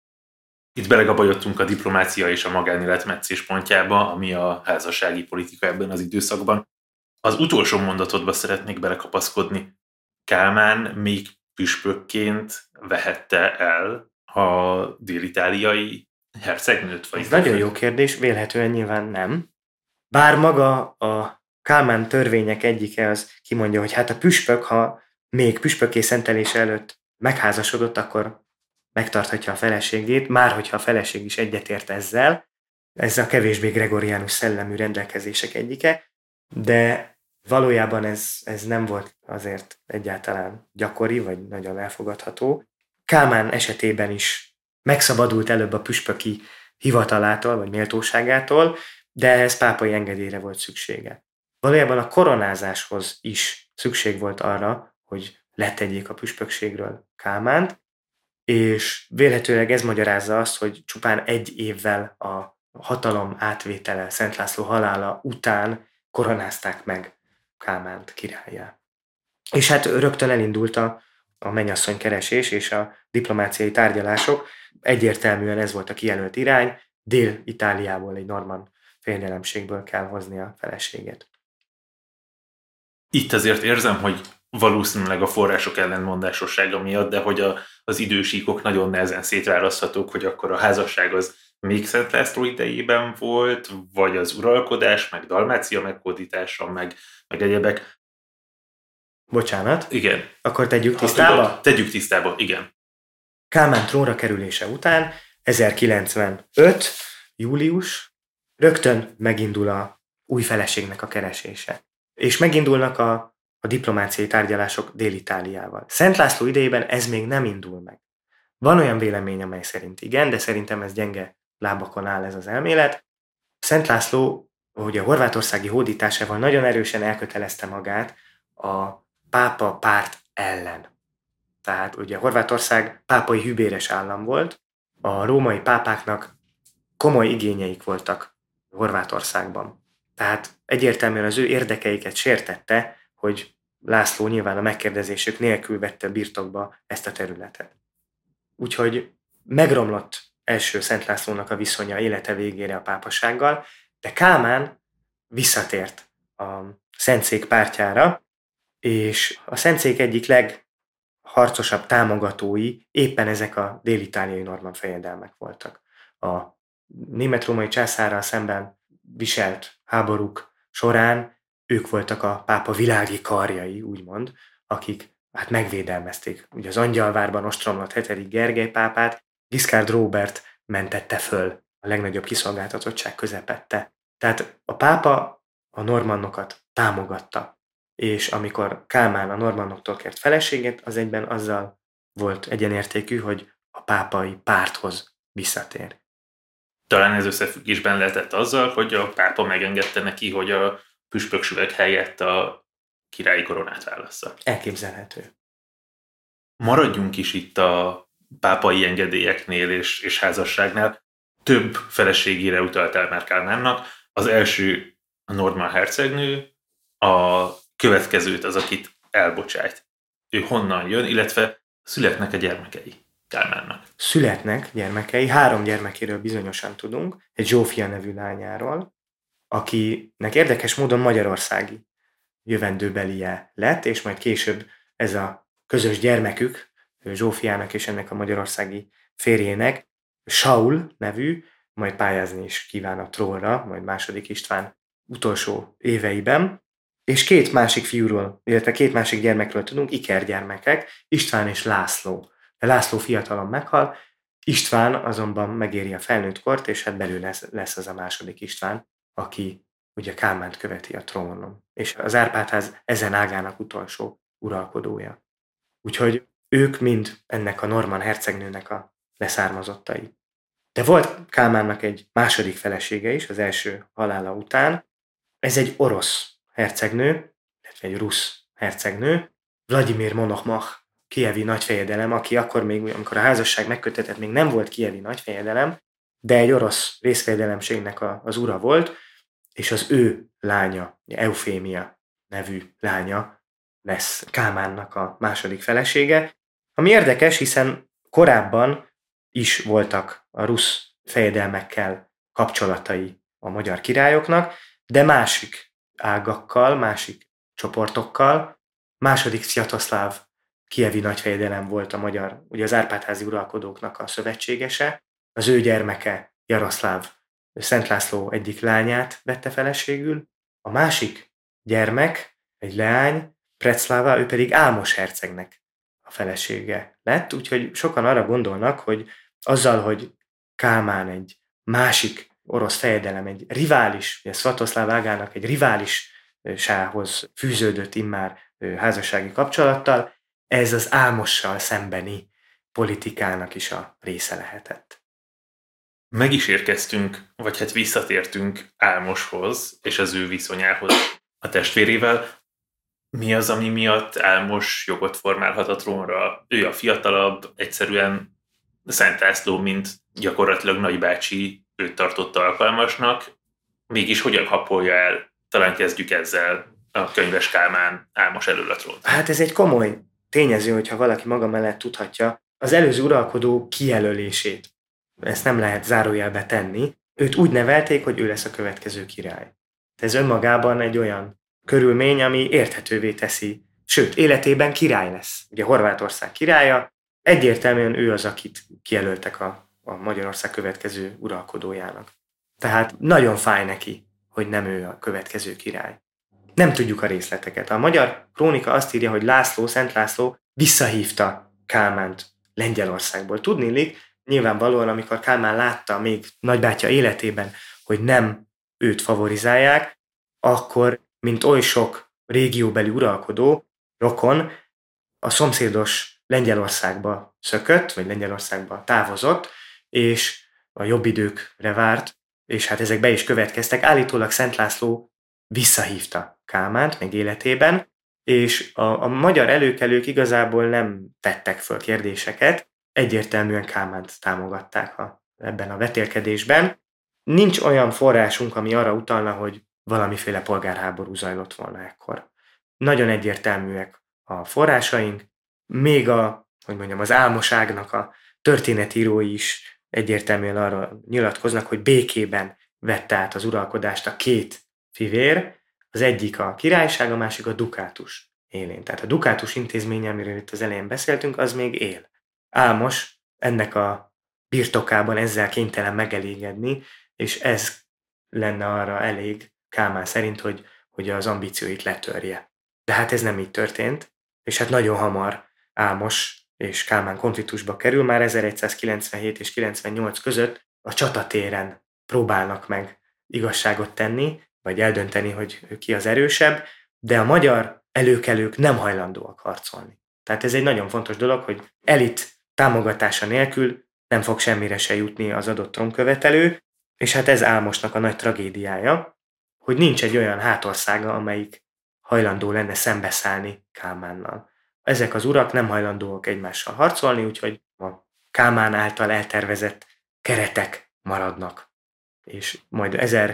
Itt belegabajodtunk a diplomácia és a magánélet meccéspontjába, ami a házassági politika ebben az időszakban. Az utolsó mondatodba szeretnék belekapaszkodni. Kálmán még püspökként vehette el a dél-itáliai hercegnőt? Ez nagyon jó kérdés, vélhetően nyilván nem. Bár maga a Kálmán törvények egyike az kimondja, hogy hát a püspök, ha még püspökké szentelése előtt megházasodott, akkor megtarthatja a feleségét, már hogyha a feleség is egyetért ezzel. Ez a kevésbé gregoriánus szellemű rendelkezések egyike, de valójában ez nem volt azért egyáltalán gyakori, vagy nagyon elfogadható. Kálmán esetében is megszabadult előbb a püspöki hivatalától, vagy méltóságától, de ehhez pápai engedélyre volt szüksége. Valójában a koronázáshoz is szükség volt arra, hogy letegyék a püspökségről Kálmánt, és vélhetőleg ez magyarázza azt, hogy csupán egy évvel a hatalom átvétele Szent László halála után koronázták meg Kálmánt királlyá. És hát rögtön elindult a mennyasszony keresés és a diplomáciai tárgyalások. Egyértelműen ez volt a kijelölt irány, Dél-Itáliából, egy normann fejedelemségből kell hozni a feleséget. Itt azért érzem, hogy valószínűleg a források ellentmondásossága miatt, de hogy az idősíkok nagyon nehezen szétválaszthatók, hogy akkor a házasság az még Szent László idejében volt, vagy az uralkodás, meg Dalmácia meghódítása, meg egyebek. Bocsánat. Igen. Akkor tegyük tisztába? Tegyük tisztába, igen. Kálmán trónra kerülése után 1095. július, rögtön megindul a új feleségnek a keresése. És megindulnak a diplomáciai tárgyalások Dél-Itáliával. Szent László idejében ez még nem indul meg. Van olyan vélemény, amely szerint igen, de szerintem ez gyenge lábakon áll ez az elmélet. Szent László, hogy a horvátországi hódításával nagyon erősen elkötelezte magát a pápa párt ellen. Tehát ugye Horvátország pápai hűbéres állam volt, a római pápáknak komoly igényeik voltak Horvátországban. Tehát egyértelműen az ő érdekeiket sértette, hogy László nyilván a megkérdezésük nélkül vette birtokba ezt a területet. Úgyhogy megromlott első Szent Lászlónak a viszonya élete végére a pápasággal, de Kálmán visszatért a Szentszék pártjára, és a Szentszék egyik legharcosabb támogatói éppen ezek a dél-itáliai normann fejedelmek voltak. A német-római császárral szemben viselt háborúk során ők voltak a pápa világi karjai, úgymond, akik megvédelmezték. Ugye az Angyalvárban ostromlott 7. Gergely pápát Giscard Robert mentette föl a legnagyobb kiszolgáltatottság közepette. Tehát a pápa a normannokat támogatta, és amikor Kálmán a normannoktól kért feleségét, az egyben azzal volt egyenértékű, hogy a pápai párthoz visszatér. Talán ez összefüggésben lehetett azzal, hogy a pápa megengedte neki, hogy a püspöksüveg helyett a királyi koronát válassza. Elképzelhető. Maradjunk is itt a pápai engedélyeknél és házasságnál. Több feleségére utaltál már Kálmánnak. Az első a normann hercegnő, a következőt az, akit elbocsájt. Ő honnan jön, illetve születnek a gyermekei Kálmánnak? Születnek gyermekei, 3 gyermekéről bizonyosan tudunk, egy Zsófia nevű lányáról, akinek érdekes módon magyarországi jövendőbelie lett, és majd később ez a közös gyermekük, Zsófiának és ennek a magyarországi férjének, Saul nevű, majd pályázni is kíván a trónra, majd II. István utolsó éveiben, és 2 másik fiúról, illetve 2 másik gyermekről tudunk, ikergyermekek, István és László. De László fiatalon meghal, István azonban megéri a felnőtt kort, és belül lesz az a II. István, aki ugye Kálmánt követi a trónon, és az Árpád-ház ezen ágának utolsó uralkodója. Úgyhogy ők mind ennek a normann hercegnőnek a leszármazottai. De volt Kálmánnak egy második felesége is, az első halála után. Ez egy orosz hercegnő, illetve egy rusz hercegnő, Vladimir Monochmach, kijevi nagyfejedelem, aki akkor még, amikor a házasság megkötetett, még nem volt kijevi nagyfejedelem, de egy orosz részfejedelemségnek az ura volt, és az ő lánya, Eufémia nevű lánya lesz Kálmánnak a második felesége. Ami érdekes, hiszen korábban is voltak a rusz fejedelmekkel kapcsolatai a magyar királyoknak, de másik ágakkal, másik csoportokkal. Második Szvjatoszláv kijevi nagyfejedelem volt a magyar, ugye az Árpád-házi uralkodóknak a szövetségese. Az ő gyermeke Jaroszláv Szent László egyik lányát vette feleségül. A másik gyermek, egy leány, Pretzlava, ő pedig Álmos hercegnek a felesége lett, úgyhogy sokan arra gondolnak, hogy azzal, hogy Kálmán egy másik orosz fejedelem, egy rivális, ugye Szvjatoszláv ágának egy riválisához fűződött immár házassági kapcsolattal, ez az Álmossal szembeni politikának is a része lehetett. Meg is érkeztünk, vagy hát visszatértünk Álmoshoz és az ő viszonyához a testvérével. Mi az, ami miatt Álmos jogot formálhat a trónra? Ő a fiatalabb, egyszerűen Szent László, mint gyakorlatilag nagybácsi, őt tartotta alkalmasnak. Mégis hogyan hapolja el? Talán kezdjük ezzel a könyves Kálmán Álmos elől a trónt. Hát ez egy komoly tényező, hogyha valaki maga mellett tudhatja az előző uralkodó kijelölését. Ezt nem lehet zárójelbe tenni. Őt úgy nevelték, hogy ő lesz a következő király. Ez önmagában egy olyan körülmény, ami érthetővé teszi, sőt, életében király lesz. Ugye Horvátország királya, egyértelműen ő az, akit kijelöltek a Magyarország következő uralkodójának. Tehát nagyon fáj neki, hogy nem ő a következő király. Nem tudjuk a részleteket. A magyar krónika azt írja, hogy László, Szent László visszahívta Kálmánt Lengyelországból. Tudniillik, nyilvánvalóan, amikor Kálmán látta még nagybátyja életében, hogy nem őt favorizálják, akkor, mint oly sok régióbeli uralkodó, rokon, a szomszédos Lengyelországba szökött, vagy Lengyelországba távozott, és a jobb időkre várt, és hát ezek be is következtek. Állítólag Szent László visszahívta Kálmánt még életében, és a magyar előkelők igazából nem tettek föl kérdéseket, egyértelműen Kálmánt támogatták ebben a vetélkedésben. Nincs olyan forrásunk, ami arra utalna, hogy valamiféle polgárháború zajlott volna ekkor. Nagyon egyértelműek a forrásaink, még az álmoságnak a történetírói is egyértelműen arra nyilatkoznak, hogy békében vette át az uralkodást a két fivér, az egyik a királyság, a másik a dukátus élén. Tehát a dukátus intézménye, amiről itt az elején beszéltünk, az még él. Álmos ennek a birtokában ezzel kénytelen megelégedni, és ez lenne arra elég Kálmán szerint, hogy az ambícióit letörje. De hát ez nem így történt, és hát nagyon hamar Álmos és Kálmán konfliktusba kerül, már 1197 és 98 között a csatatéren próbálnak meg igazságot tenni, vagy eldönteni, hogy ki az erősebb, de a magyar előkelők nem hajlandóak harcolni. Tehát ez egy nagyon fontos dolog, hogy elit támogatása nélkül nem fog semmire se jutni az adott trónkövetelő, és hát ez Álmosnak a nagy tragédiája, hogy nincs egy olyan hátországa, amelyik hajlandó lenne szembeszállni Kálmánnal. Ezek az urak nem hajlandóak egymással harcolni, úgyhogy a Kálmán által eltervezett keretek maradnak. És majd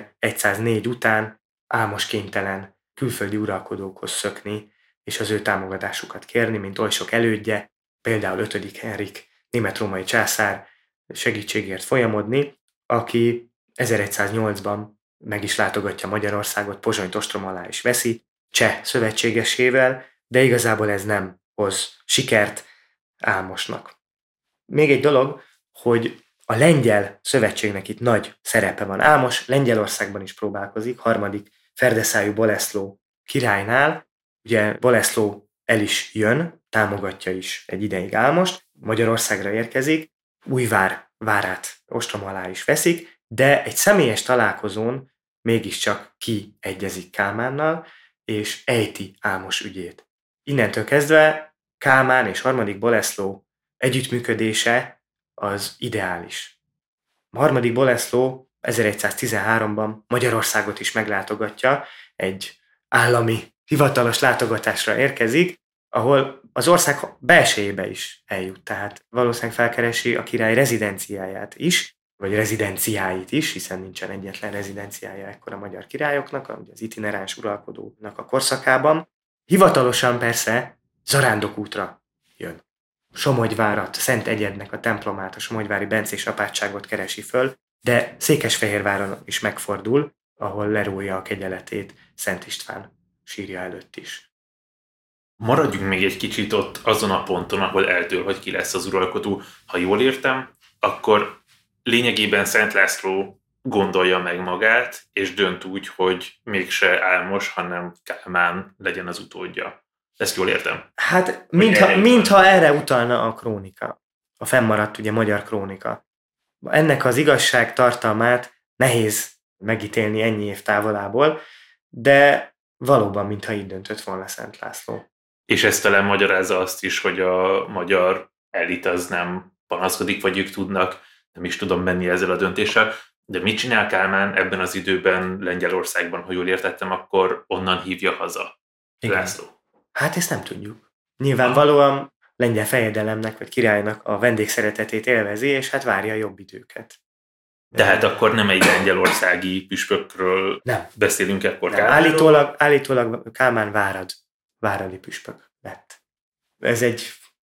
1104 után Álmos kénytelen külföldi uralkodókhoz szökni, és az ő támogatásukat kérni, mint oly sok elődje, például 5. Henrik német-római császár segítségért folyamodni, aki 1108-ban meg is látogatja Magyarországot, Pozsonyt ostrom alá is veszi, cseh szövetségesével, de igazából ez nem hoz sikert Álmosnak. Még egy dolog, hogy a lengyel szövetségnek itt nagy szerepe van. Álmos Lengyelországban is próbálkozik, 3. Ferdeszájú Bolesló királynál. Ugye Bolesló el is jön, támogatja is egy ideig Álmost, Magyarországra érkezik, Újvár várát ostrom alá is veszik, de egy személyes találkozón mégiscsak kiegyezik Kálmánnal, és ejti Álmos ügyét. Innentől kezdve Kálmán és 3. Bolesló együttműködése az ideális. A 3. Bolesló 1113-ban Magyarországot is meglátogatja, egy állami hivatalos látogatásra érkezik, ahol az ország belsejébe is eljut, tehát valószínűleg felkeresi a király rezidenciáját is, vagy rezidenciáit is, hiszen nincsen egyetlen rezidenciája ekkor a magyar királyoknak, az itineráns uralkodónak a korszakában. Hivatalosan persze zarándokútra jön. Somogyvárat, Szent Egyednek a templomát, a somogyvári bencés apátságot keresi föl, de Székesfehérváron is megfordul, ahol lerója a kegyeletét Szent István sírja előtt is. Maradjunk még egy kicsit ott azon a ponton, ahol eldől, hogy ki lesz az uralkodó. Ha jól értem, akkor lényegében Szent László gondolja meg magát, és dönt úgy, hogy mégse Álmos, hanem Kálmán legyen az utódja. Ezt jól értem? Hát, mintha erre utalna a krónika. A fennmaradt ugye magyar krónika. Ennek az igazság tartalmát nehéz megítélni ennyi év távolából, de valóban, mintha így döntött volna Szent László. És ez talán magyarázza azt is, hogy a magyar elit az nem panaszkodik, vagy ők tudnak, nem is tudom menni ezzel a döntéssel. De mit csinál Kálmán ebben az időben Lengyelországban, ha jól értettem, akkor onnan hívja haza László? Hát ezt nem tudjuk. Nyilvánvalóan lengyel fejedelemnek vagy királynak a vendégszeretetét élvezi, és hát várja a jobb időket. Tehát akkor nem egy lengyelországi püspökről beszélünk ekkor Kálmánról? Állítólag Kálmán váradi püspök lett. Ez egy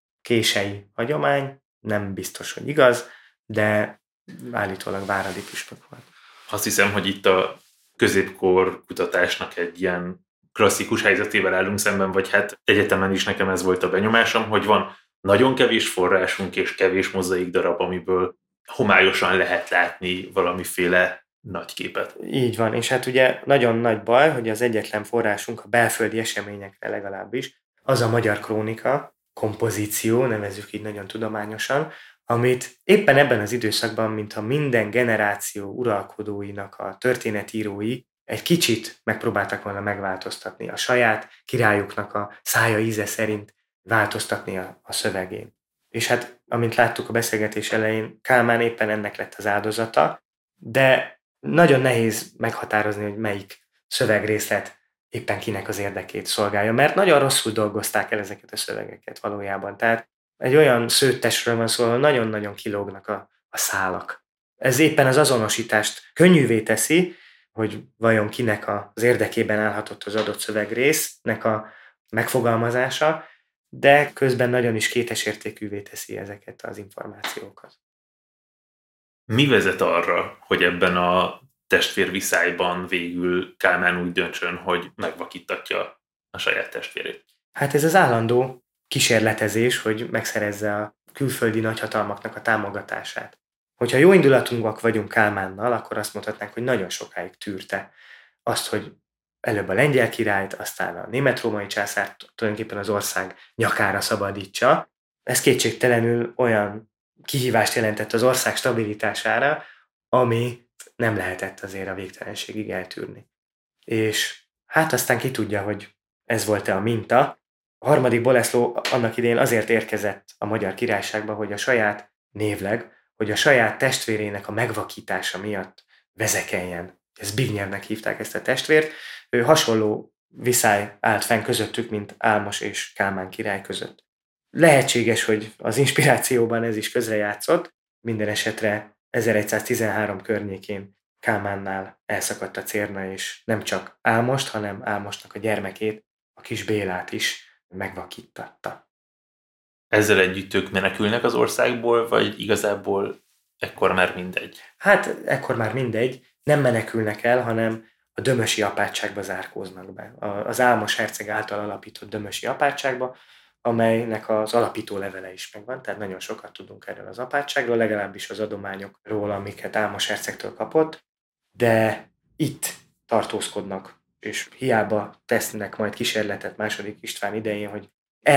kései hagyomány, nem biztos, hogy igaz, de állítólag váradi püspök volt. Azt hiszem, hogy itt a középkor kutatásnak egy ilyen klasszikus helyzetével állunk szemben, vagy hát egyetemen is nekem ez volt a benyomásom, hogy van nagyon kevés forrásunk és kevés mozaik darab, amiből homályosan lehet látni valamiféle nagy képet. Így van, és hát ugye nagyon nagy baj, hogy az egyetlen forrásunk a belföldi eseményekre legalábbis, az a magyar krónika, kompozíció, nevezzük így nagyon tudományosan, amit éppen ebben az időszakban, mintha minden generáció uralkodóinak a történetírói egy kicsit megpróbáltak volna megváltoztatni a saját királyuknak a szája íze szerint változtatni a szövegén. És hát, amint láttuk a beszélgetés elején, Kálmán éppen ennek lett az áldozata, de nagyon nehéz meghatározni, hogy melyik szövegrészlet éppen kinek az érdekét szolgálja, mert nagyon rosszul dolgozták el ezeket a szövegeket valójában. Tehát egy olyan szőttesről van szó, ahol nagyon-nagyon kilógnak a szálak. Ez éppen az azonosítást könnyűvé teszi, hogy vajon kinek az érdekében állhatott az adott szövegrésznek a megfogalmazása, de közben nagyon is kétesértékűvé teszi ezeket az információkat. Mi vezet arra, hogy ebben a testvérviszályban végül Kálmán úgy döntsön, hogy megvakítatja a saját testvérét? Hát ez az állandó kísérletezés, hogy megszerezze a külföldi nagyhatalmaknak a támogatását. Hogyha jó indulatunkak vagyunk Kálmánnal, akkor azt mondhatnánk, hogy nagyon sokáig tűrte azt, hogy előbb a lengyel királyt, aztán a német-római császárt tulajdonképpen az ország nyakára szabadítsa. Ez kétségtelenül olyan kihívást jelentett az ország stabilitására, ami nem lehetett azért a végtelenségig eltűrni. És hát aztán ki tudja, hogy ez volt-e a minta. A harmadik Bolesló annak idején azért érkezett a Magyar Királyságba, hogy a saját névleg, hogy a saját testvérének a megvakítása miatt vezekeljen. Zbignevnek hívták ezt a testvért. Ő hasonló viszály állt fenn közöttük, mint Álmos és Kálmán király között. Lehetséges, hogy az inspirációban ez is közrejátszott, minden esetre 1113 környékén Kálmánnál elszakadt a cérna, és nem csak Álmost, hanem Álmosnak a gyermekét, a kis Bélát is megvakítatta. Ezzel együtt ők menekülnek az országból, vagy igazából ekkor már mindegy? Hát ekkor már mindegy, nem menekülnek el, hanem a dömösi apátságba zárkóznak be. Az Álmos herceg által alapított dömösi apátságba, amelynek az alapító levele is megvan, tehát nagyon sokat tudunk erről az apátságról, legalábbis az adományokról, amiket Álmos hercegtől kapott, de itt tartózkodnak, és hiába tesznek majd kísérletet második István idején, hogy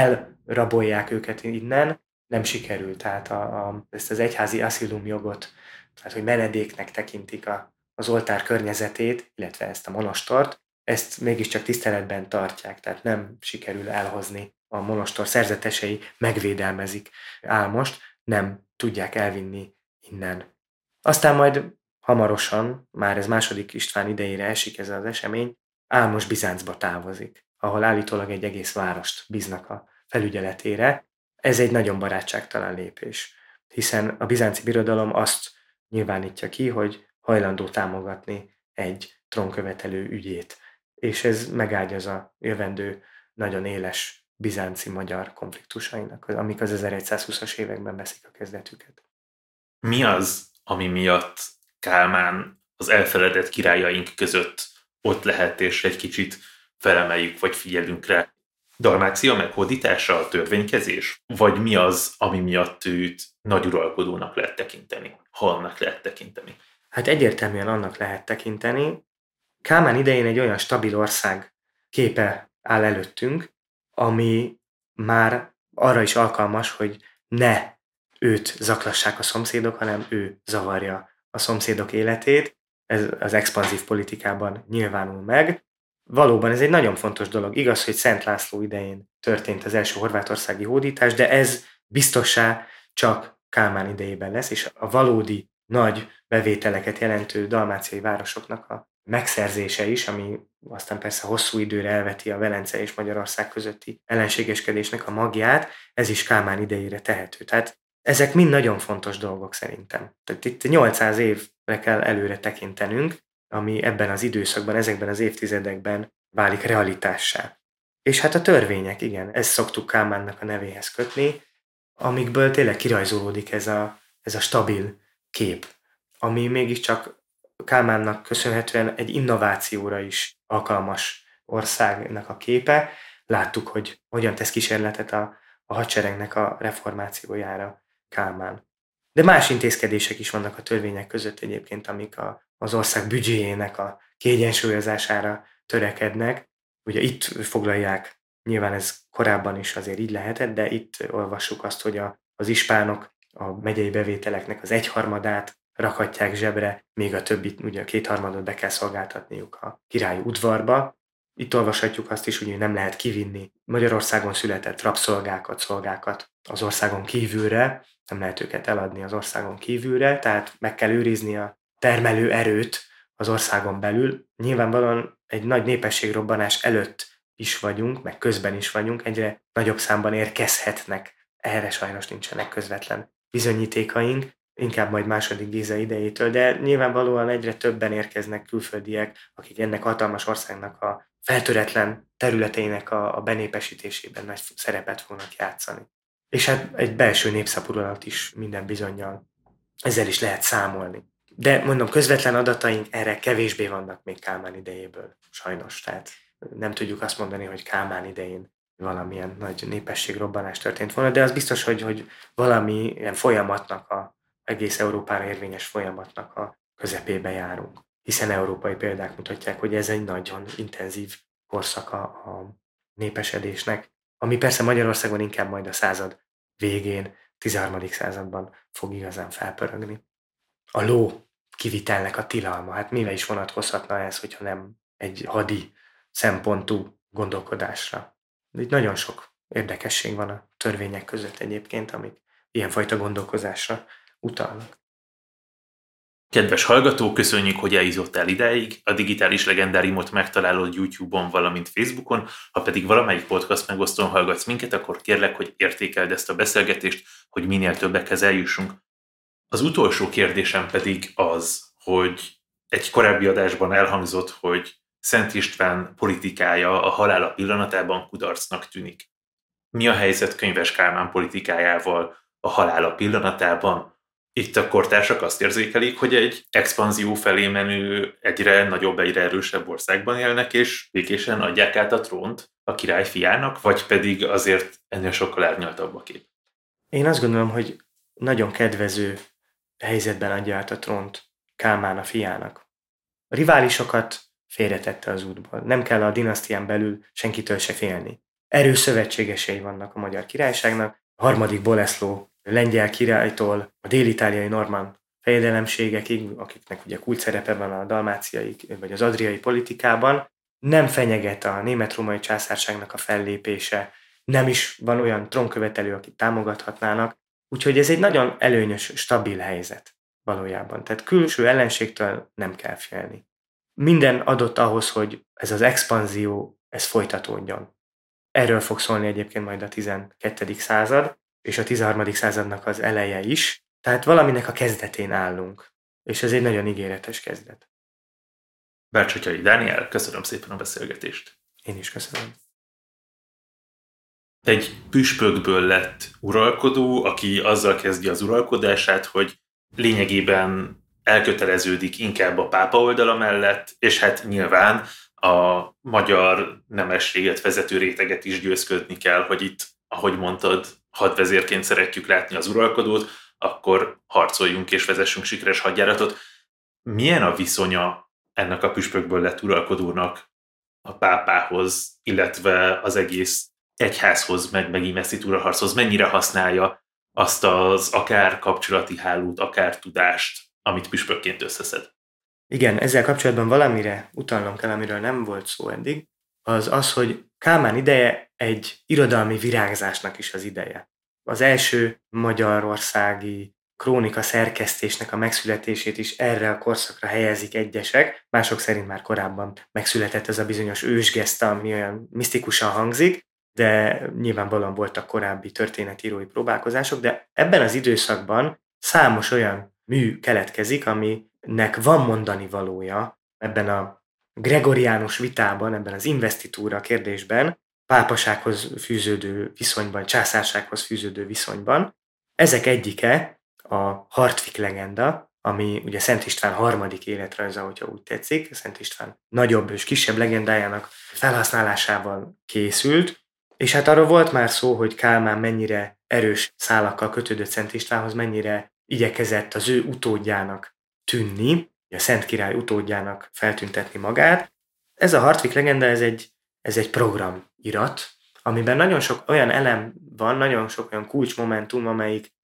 elrabolják őket innen, nem sikerült. Tehát ezt az egyházi aszilum jogot, tehát hogy menedéknek tekintik az oltár környezetét, illetve ezt a monostort, ezt mégiscsak tiszteletben tartják, tehát nem sikerül elhozni. A monostor szerzetesei megvédelmezik Álmost, nem tudják elvinni innen. Aztán majd hamarosan, már ez második István idejére esik ez az esemény, Álmos Bizáncba távozik, ahol állítólag egy egész várost bíznak a felügyeletére. Ez egy nagyon barátságtalan lépés, hiszen a bizánci birodalom azt nyilvánítja ki, hogy hajlandó támogatni egy trónkövetelő ügyét, és ez megágyaz a jövendő nagyon éles bizánci-magyar konfliktusainak, amik az 1120-as években veszik a kezdetüket. Mi az, ami miatt Kálmán az elfeledett királyaink között ott lehet, és egy kicsit felemeljük, vagy figyelünk rá? Dalmácia meghódítása, a törvénykezés? Vagy mi az, ami miatt őt nagyuralkodónak lehet tekinteni, ha annak lehet tekinteni? Hát egyértelműen annak lehet tekinteni. Kálmán idején egy olyan stabil ország képe áll előttünk, ami már arra is alkalmas, hogy ne őt zaklassák a szomszédok, hanem ő zavarja a szomszédok életét. Ez az expanzív politikában nyilvánul meg. Valóban ez egy nagyon fontos dolog. Igaz, hogy Szent László idején történt az első horvátországi hódítás, de ez biztossá csak Kálmán idejében lesz, és a valódi nagy bevételeket jelentő dalmáciai városoknak a megszerzése is, ami aztán persze hosszú időre elveti a Velence és Magyarország közötti ellenségeskedésnek a magját, ez is Kálmán idejére tehető. Tehát ezek mind nagyon fontos dolgok szerintem. Tehát itt 800 évre kell előre tekintenünk, ami ebben az időszakban, ezekben az évtizedekben válik realitássá. És hát a törvények, igen, ezt szoktuk Kálmánnak a nevéhez kötni, amikből tényleg kirajzolódik ez a stabil kép, ami mégiscsak Kálmánnak köszönhetően egy innovációra is alkalmas országnak a képe. Láttuk, hogy hogyan tesz kísérletet a hadseregnek a reformációjára Kálmán. De más intézkedések is vannak a törvények között egyébként, amik az ország büdzséjének a kiegyensúlyozására törekednek. Ugye itt foglalják, nyilván ez korábban is azért így lehetett, de itt olvassuk azt, hogy az ispánok a megyei bevételeknek az egyharmadát rakhatják zsebre, még a többit, ugye a kétharmadot be kell szolgáltatniuk a királyi udvarba. Itt olvashatjuk azt is, hogy nem lehet kivinni Magyarországon született rabszolgákat, szolgákat az országon kívülre, nem lehet őket eladni az országon kívülre, tehát meg kell őrizni a termelő erőt az országon belül. Nyilvánvalóan egy nagy népességrobbanás előtt is vagyunk, meg közben is vagyunk, egyre nagyobb számban érkezhetnek. Erre sajnos nincsenek közvetlen bizonyítékaink, inkább majd második Géza idejétől, de nyilvánvalóan egyre többen érkeznek külföldiek, akik ennek hatalmas országnak a feltöretlen területeinek a benépesítésében nagy szerepet fognak játszani. És hát egy belső népszaporulat is minden bizonnyal ezzel is lehet számolni. De mondom, közvetlen adataink erre kevésbé vannak még Kálmán idejéből, sajnos. Tehát nem tudjuk azt mondani, hogy Kálmán idején valamilyen nagy népességrobbanás történt volna, de az biztos, hogy valamilyen folyamatnak, egész Európára érvényes folyamatnak a közepébe járunk. Hiszen európai példák mutatják, hogy ez egy nagyon intenzív korszak a népesedésnek, ami persze Magyarországon inkább majd a század végén, 13. században fog igazán felpörögni. A ló kivitelnek a tilalma, hát mivel is vonatkozhatna ez, hogyha nem egy hadi szempontú gondolkodásra. Itt nagyon sok érdekesség van a törvények között egyébként, amik ilyenfajta gondolkozásra utalnak. Kedves hallgató, köszönjük, hogy eljutottál idáig. A Digitális Legendáriumot megtalálod YouTube-on, valamint Facebookon. Ha pedig valamelyik podcast megosztón hallgatsz minket, akkor kérlek, hogy értékeld ezt a beszélgetést, hogy minél többekhez eljussunk. Az utolsó kérdésem pedig az, hogy egy korábbi adásban elhangzott, hogy Szent István politikája a halála pillanatában kudarcnak tűnik. Mi a helyzet Könyves Kálmán politikájával a halála pillanatában? Itt a kortársak azt érzékelik, hogy egy expanzió felé menő, egyre nagyobb, egyre erősebb országban élnek, és békésen adják át a trónt a király fiának, vagy pedig azért ennél sokkal árnyaltabb a kép? Én azt gondolom, hogy nagyon kedvező helyzetben adja át a trónt Kálmán a fiának. A riválisokat félretette az útból. Nem kell a dinasztián belül senkitől se félni. Erős szövetségesei vannak a magyar királyságnak. A harmadik Bolesló lengyel királytól a dél-itáliai normann fejedelemségekig, akiknek ugye kult szerepe van a dalmáciai vagy az adriai politikában, nem fenyeget a német-római császárságnak a fellépése, nem is van olyan trónkövetelő, akit támogathatnának, úgyhogy ez egy nagyon előnyös, stabil helyzet valójában. Tehát külső ellenségtől nem kell félni. Minden adott ahhoz, hogy ez az expanzió, ez folytatódjon. Erről fog szólni egyébként majd a 12. század, és a 13. századnak az eleje is. Tehát valaminek a kezdetén állunk. És ez egy nagyon ígéretes kezdet. Bárcsatyai Dániel, köszönöm szépen a beszélgetést. Én is köszönöm. Egy püspökből lett uralkodó, aki azzal kezdi az uralkodását, hogy lényegében elköteleződik inkább a pápa oldala mellett, és hát nyilván a magyar nemességet vezető réteget is győzködni kell, hogy itt, ahogy mondtad, hadvezérként szeretjük látni az uralkodót, akkor harcoljunk és vezessünk sikeres hadjáratot. Milyen a viszonya ennek a püspökből lett uralkodónak a pápához, illetve az egész egyházhoz, meg investitúraharchoz? Mennyire használja azt az akár kapcsolati hálót, akár tudást, amit püspökként összeszed? Igen, ezzel kapcsolatban valamire utalnom kell, amiről nem volt szó eddig, az, hogy Kálmán ideje egy irodalmi virágzásnak is az ideje. Az első magyarországi krónika szerkesztésnek a megszületését is erre a korszakra helyezik egyesek, mások szerint már korábban megszületett ez a bizonyos ősgeszta, ami olyan misztikusan hangzik, de nyilvánvalóan voltak korábbi történetírói próbálkozások, de ebben az időszakban számos olyan mű keletkezik, aminek van mondani valója ebben a gregoriánus vitában, ebben az investitúra kérdésben, pápasághoz fűződő viszonyban, császársághoz fűződő viszonyban. Ezek egyike a Hartwig legenda, ami ugye Szent István harmadik életrajza, hogyha úgy tetszik, Szent István nagyobb és kisebb legendájának felhasználásával készült, és hát arról volt már szó, hogy Kálmán mennyire erős szálakkal kötődött Szent Istvánhoz, mennyire igyekezett az ő utódjának tűnni, a Szent Király utódjának feltüntetni magát. Ez a Hartwig legenda, ez egy programirat, amiben nagyon sok olyan elem van, nagyon sok olyan kulcsmomentum, amelyik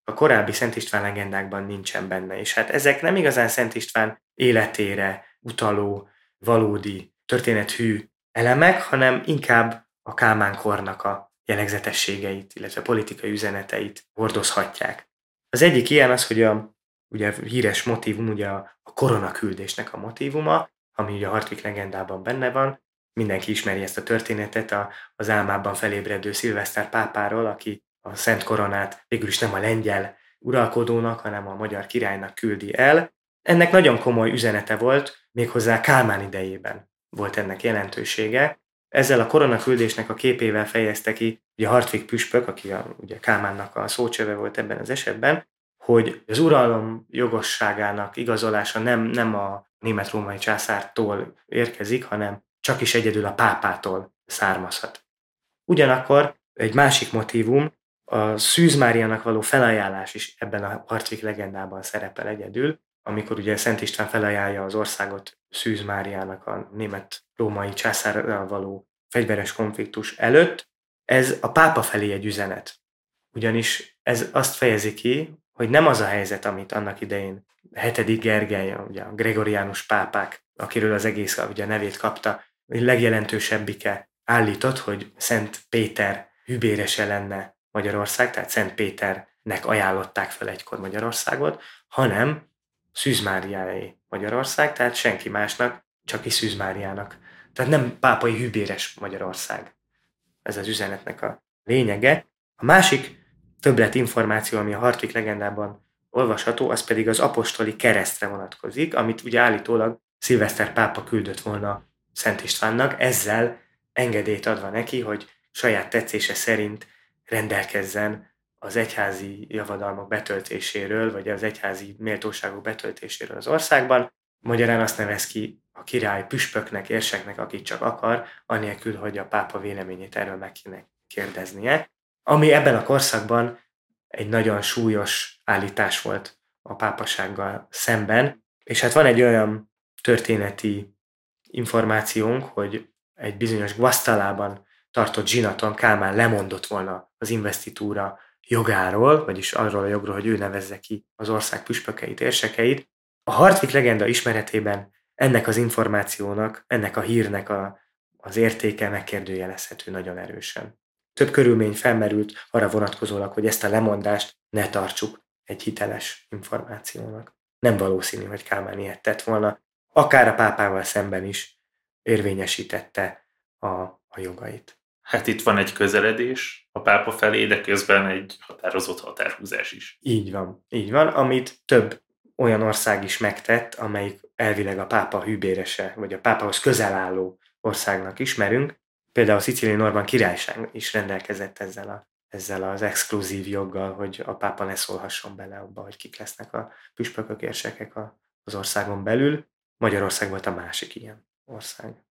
a korábbi Szent István legendákban nincsen benne. És hát ezek nem igazán Szent István életére utaló, valódi, történethű elemek, hanem inkább a Kálmán kornak a jellegzetességeit, illetve politikai üzeneteit hordozhatják. Az egyik ilyen az, hogy ugye a híres motívum, ugye a koronaküldésnek a motívuma, ami ugye a Hartwig legendában benne van. Mindenki ismeri ezt a történetet az álmában felébredő Szilveszter pápáról, aki a Szent Koronát végül is nem a lengyel uralkodónak, hanem a magyar királynak küldi el. Ennek nagyon komoly üzenete volt, méghozzá Kálmán idejében volt ennek jelentősége. Ezzel a koronaküldésnek a képével fejezte ki ugye Hartwig püspök, aki ugye Kálmánnak a szócsöve volt ebben az esetben, hogy az uralom jogosságának igazolása nem a német-római császártól érkezik, hanem csak is egyedül a pápától származhat. Ugyanakkor egy másik motívum, a Szűz Máriának való felajánlás is ebben a Hartwig legendában szerepel egyedül, amikor ugye Szent István felajánlja az országot Szűz Máriának a német-római császárral való fegyveres konfliktus előtt. Ez a pápa felé egy üzenet. Ugyanis ez azt fejezi ki, hogy nem az a helyzet, amit annak idején 7. Gergely, ugye a gregoriánus pápák, akiről az egész ugye a nevét kapta, legjelentősebbike állított, hogy Szent Péter hűbérese lenne Magyarország, tehát Szent Péternek ajánlották fel egykor Magyarországot, hanem Szűz Máriáé Magyarország, tehát senki másnak, csak is Szűz Máriának. Tehát nem pápai hűbéres Magyarország. Ez az üzenetnek a lényege. A másik többlet információ, ami a Hartwig legendában olvasható, az pedig az apostoli keresztre vonatkozik, amit ugye állítólag Szilveszter pápa küldött volna Szent Istvánnak, ezzel engedélyt adva neki, hogy saját tetszése szerint rendelkezzen az egyházi javadalmak betöltéséről, vagy az egyházi méltóságok betöltéséről az országban. Magyarán azt nevez ki a király püspöknek, érseknek, akit csak akar, anélkül, hogy a pápa véleményét erről meg kéne kérdeznie. Ami ebben a korszakban egy nagyon súlyos állítás volt a pápasággal szemben, és hát van egy olyan történeti információnk, hogy egy bizonyos Guasztalában tartott zsinaton Kálmán lemondott volna az investitúra jogáról, vagyis arról a jogról, hogy ő nevezze ki az ország püspökeit, érsekeit. A Hartwig legenda ismeretében ennek az információnak, ennek a hírnek az értéke megkérdőjelezhető nagyon erősen. Több körülmény felmerült arra vonatkozólag, hogy ezt a lemondást ne tartsuk egy hiteles információnak. Nem valószínű, hogy Kálmán ilyet tett volna, akár a pápával szemben is érvényesítette a jogait. Hát itt van egy közeledés a pápa felé, de közben egy határozott határhúzás is. Így van, amit több olyan ország is megtett, amelyik elvileg a pápa hűbérese, vagy a pápahoz közel álló országnak ismerünk. Például a Szicíliai Normann Királyság is rendelkezett ezzel az exkluzív joggal, hogy a pápa ne szólhasson bele abba, hogy kik lesznek a püspökök, érsekek az országon belül. Magyarország volt a másik ilyen ország.